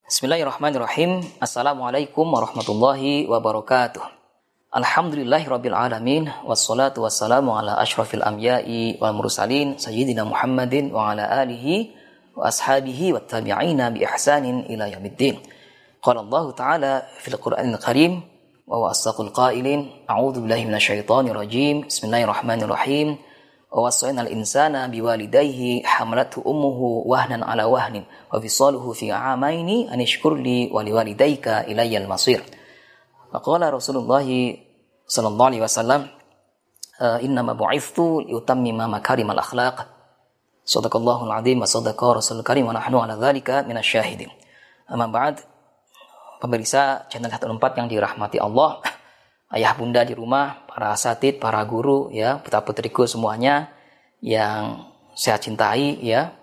Bismillahirrahmanirrahim. Assalamualaikum warahmatullahi wabarakatuh. Alhamdulillahirabbil alamin wassalatu wassalamu ala asyrafil anbiya'i wal mursalin sayyidina Muhammadin wa ala alihi wa ashabihi wat tabi'ina bi ihsanin ila yaumiddin. Qala Allah Ta'ala fil Qur'anil Karim wa huwa asdaqul qailin. A'udzu billahi minasyaitonir rajim. Bismillahirrahmanirrahim. Wa wasainal insana biwalidayhi hamalathu ummuhu wahnan ala wahnin wa fisaluhu fi amaini an ishkur li wa liwalidayka ilayyal masir. Wa qala Rasulullah sallallahu alaihi wasallam innama bu'ithtu liutammima makarimal akhlaq. Shadaqallahul azim wa shadaqa rasulul karim wa nahnu ala dzalika minasyahidin. Amma ba'd. Pemirsa channel 104 yang dirahmati Allah, ayah bunda di rumah, para asatid, para guru, ya, putra-putriku semuanya yang saya cintai, ya.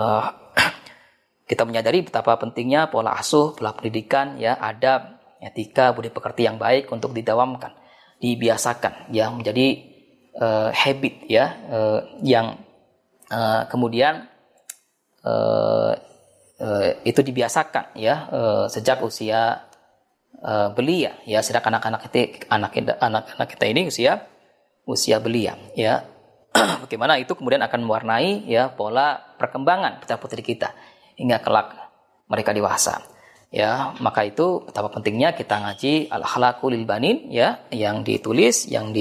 Kita menyadari betapa pentingnya pola asuh, pola pendidikan, ya, adab, etika, budi pekerti yang baik untuk didawamkan, dibiasakan, ya, menjadi habit, ya, yang kemudian itu dibiasakan, ya, sejak usia belia, ya, sejak anak-anak kita ini usia belia, ya. Bagaimana itu kemudian akan mewarnai, ya, pola perkembangan putra-putri kita hingga kelak mereka dewasa, ya. Maka itu betapa pentingnya kita ngaji Al-Akhlaqul lil Banin, ya, yang ditulis, yang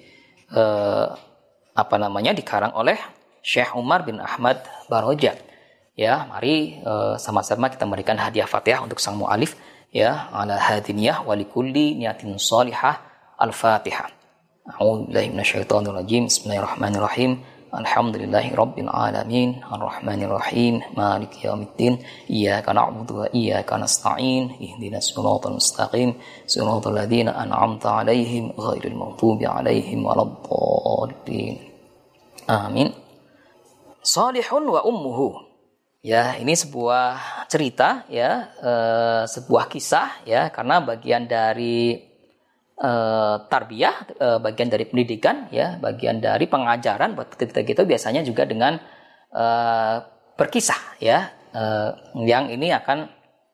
dikarang oleh Syekh Umar bin Ahmad Baroja. Ya, mari sama-sama kita memberikan hadiah Fatihah untuk sang mu'alif, ya, ala hadiniyah wa likulli niyatin shalihah. Al-Fatihah. A'udzu billahi minasyaitonir rajim. Bismillahirrahmanirrahim. Alhamdulillahirabbil alamin. Arrahmanir rahim. Maliki yaumiddin. Iyyaka na'budu wa iyyaka nasta'in. Ihdinas siratal mustaqim. Siratal ladzina an'amta 'alaihim ghairil maghdubi 'alaihim waladdallin. Amin. Shalihun wa ummuhu. Ya, ini sebuah cerita, ya, sebuah kisah, ya, karena bagian dari tarbiyah, bagian dari pendidikan, ya, bagian dari pengajaran buat kita biasanya juga dengan berkisah, ya, yang ini akan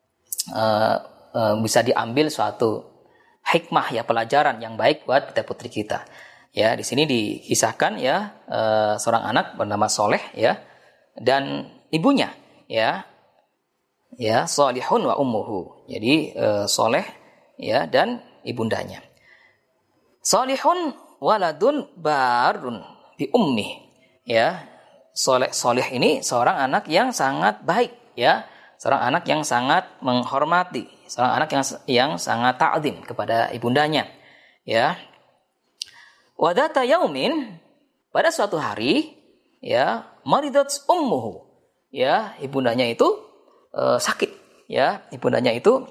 bisa diambil suatu hikmah, ya, pelajaran yang baik buat putra putri kita. Ya, di sini dikisahkan, ya, seorang anak bernama Soleh, ya, dan ibunya, ya, Shalihun wa ummuhu. Jadi Soleh, ya, dan ibundanya. Shalihun waladun barun bi ummi. Ya, Soleh ini seorang anak yang sangat baik, ya, seorang anak yang sangat menghormati, seorang anak yang sangat ta'zim kepada ibundanya, ya. Wadata yaumin, pada suatu hari, ya, maridat ummuhu. Ya, ibundanya itu sakit, ya, ibundanya itu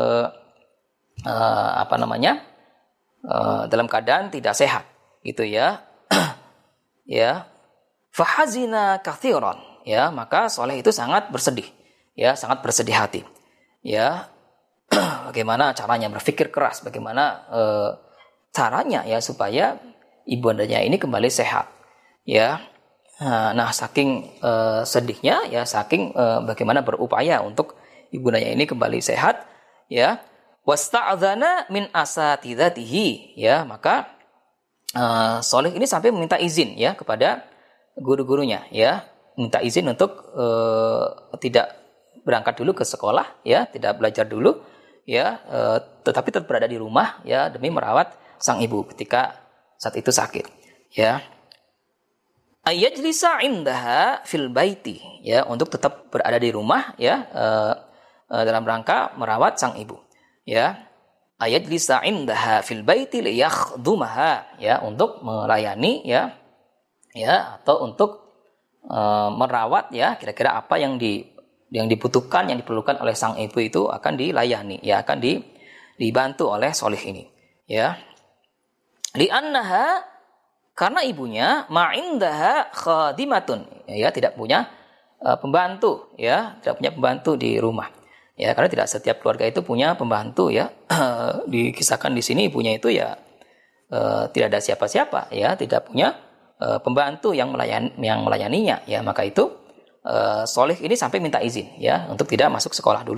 dalam keadaan tidak sehat, gitu, ya. Ya, fahazina katsiran, ya, maka Soleh itu sangat bersedih, ya, sangat bersedih hati, ya. Bagaimana caranya, berpikir keras bagaimana caranya, ya, supaya ibundanya ini kembali sehat, ya. Nah, saking sedihnya, ya, saking bagaimana berupaya untuk ibundanya ini kembali sehat, ya, wasta'adzana min asatidatihi, ya, maka Soleh ini sampai meminta izin, ya, kepada guru-gurunya, ya, minta izin untuk tidak berangkat dulu ke sekolah, ya, tidak belajar dulu, ya, tetapi tetap berada di rumah, ya, demi merawat sang ibu ketika saat itu sakit, ya. Ayajlisa indaha fil baiti, ya, untuk tetap berada di rumah, ya, dalam rangka merawat sang ibu, ya. Ayajlisa indaha fil baiti liyakhdumaha, ya, untuk melayani, ya, atau untuk merawat, ya, kira-kira apa yang dibutuhkan, yang diperlukan oleh sang ibu itu akan dilayani, ya, akan dibantu oleh Soleh ini, ya. Li'annaha, karena ibunya ma'indaha khadimatun, ya, tidak punya pembantu, ya, tidak punya pembantu di rumah, ya, karena tidak setiap keluarga itu punya pembantu, ya. Dikisahkan di sini ibunya itu, ya, tidak ada siapa-siapa, ya, tidak punya pembantu yang melayaninya, ya. Maka itu Soleh ini sampai minta izin, ya, untuk tidak masuk sekolah dulu,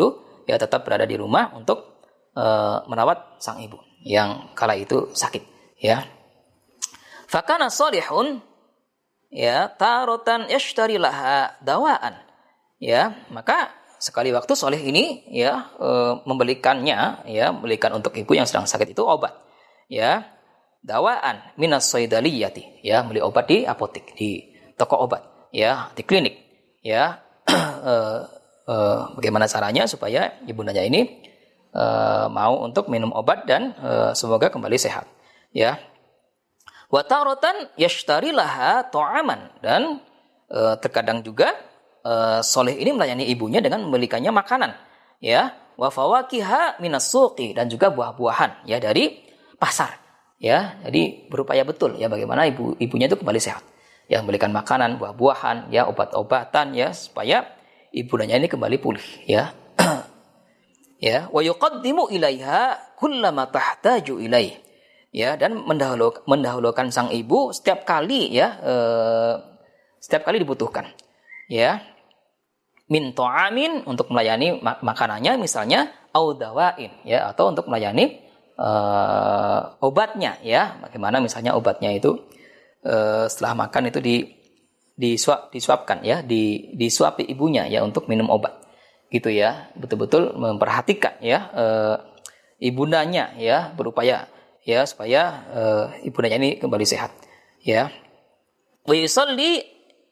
ya tetap berada di rumah untuk merawat sang ibu yang kala itu sakit, ya. Fakana salihun, ya, tarotan yashtari laha dawaan, ya, maka sekali waktu soleh ini, ya, membelikannya, ya, membelikan untuk ibu yang sedang sakit itu obat, ya, dawaan minas saidaliyati, ya, beli obat di apotek, di toko obat, ya, di klinik, ya. Bagaimana caranya supaya ibundanya ini mau untuk minum obat dan semoga kembali sehat, ya. Wa taratan yashtari laha ta'aman, dan terkadang juga soleh ini melayani ibunya dengan membelikannya makanan, ya. Wa fawakiha minas suqi, dan juga buah-buahan, ya, dari pasar, ya. Jadi berupaya betul, ya, bagaimana ibunya itu kembali sehat, ya, membelikan makanan, buah-buahan, ya, obat-obatan, ya, supaya ibundanya ini kembali pulih, ya. Ya, wa yuqaddimu ilaiha kullama tahtaju ilaih, ya, dan mendahulukan sang ibu setiap kali, ya, setiap kali dibutuhkan, ya, min ta'amin, untuk melayani makanannya misalnya, au dawain, ya, atau untuk melayani obatnya, ya, bagaimana misalnya obatnya itu setelah makan itu disuapkan, ya, disuapi ibunya, ya, untuk minum obat, gitu, ya, betul-betul memperhatikan, ya, ibundanya, ya, berupaya, ya, supaya ibundanya ini kembali sehat, ya. Wa yusalli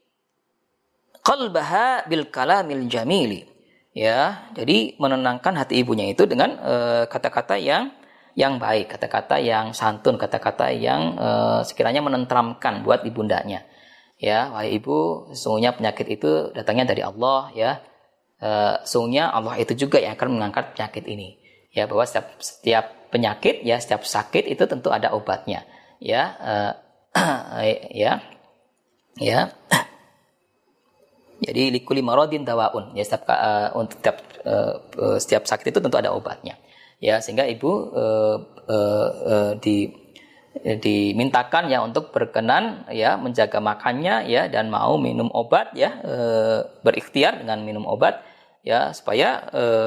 qalbaha bil kalamil jamili, ya, jadi menenangkan hati ibunya itu dengan kata-kata yang baik, kata-kata yang santun, kata-kata yang sekiranya menenteramkan buat ibundanya, ya. Wahai ibu, sesungguhnya penyakit itu datangnya dari Allah, ya. Sesungguhnya Allah itu juga yang akan mengangkat penyakit ini, ya, bahwa setiap penyakit, ya, setiap sakit itu tentu ada obatnya, ya. Ya. Jadi likuli maradin dawaun, ya, untuk setiap sakit itu tentu ada obatnya, ya, sehingga ibu dimintakan, ya, untuk berkenan, ya, menjaga makannya, ya, dan mau minum obat, ya, berikhtiar dengan minum obat, ya, supaya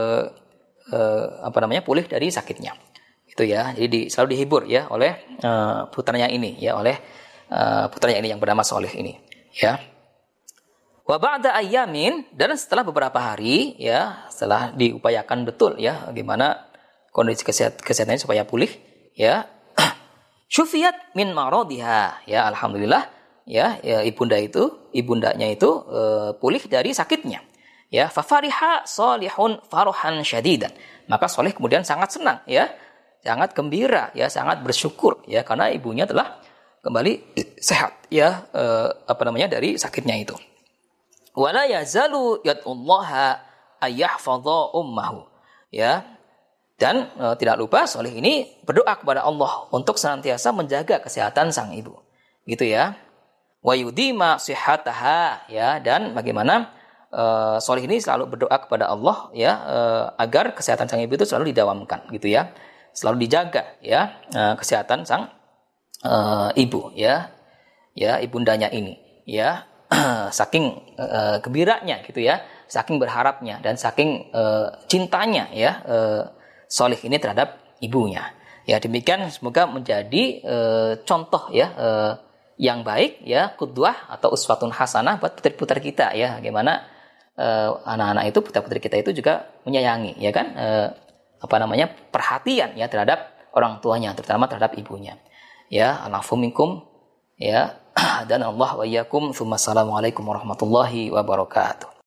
pulih dari sakitnya, itu, ya. Jadi selalu dihibur, ya, oleh putranya ini, ya, oleh putranya ini yang bernama Soleh ini, ya. Wa ba'da ayyamin, dan setelah beberapa hari, ya, setelah diupayakan betul, ya, bagaimana kondisi kesehatannya supaya pulih, ya, syufiyat min maradiha, ya, alhamdulillah, ya, ibundanya itu pulih dari sakitnya, ya. Fa fariha salihun farhan syadidan, maka Soleh kemudian sangat senang, ya, sangat gembira, ya, sangat bersyukur, ya, karena ibunya telah kembali sehat, ya, dari sakitnya itu. Wala yazalu yad'ullaha ayyahfadha ummahu, ya. Dan tidak lupa Soleh ini berdoa kepada Allah untuk senantiasa menjaga kesehatan sang ibu, gitu, ya. Wa yudima sihhataha, ya, dan bagaimana Soleh ini selalu berdoa kepada Allah, ya, agar kesehatan sang ibu itu selalu didawamkan, gitu, ya, selalu dijaga, ya, kesehatan sang ibu, ya, ibundanya ini, ya. Saking gembiranya, gitu, ya, saking berharapnya dan saking cintanya, ya, Soleh ini terhadap ibunya, ya. Demikian semoga menjadi contoh, ya, yang baik, ya, qudwah atau uswatun hasanah buat putri-putri kita, ya, bagaimana anak-anak itu, putra-putri kita itu juga menyayangi, ya, kan, perhatian, ya, terhadap orang tuanya, terutama terhadap ibunya, ya. Al'afu minkum, ya, dan Allah wa iyyakum. Assalamualaikum warahmatullahi wabarakatuh.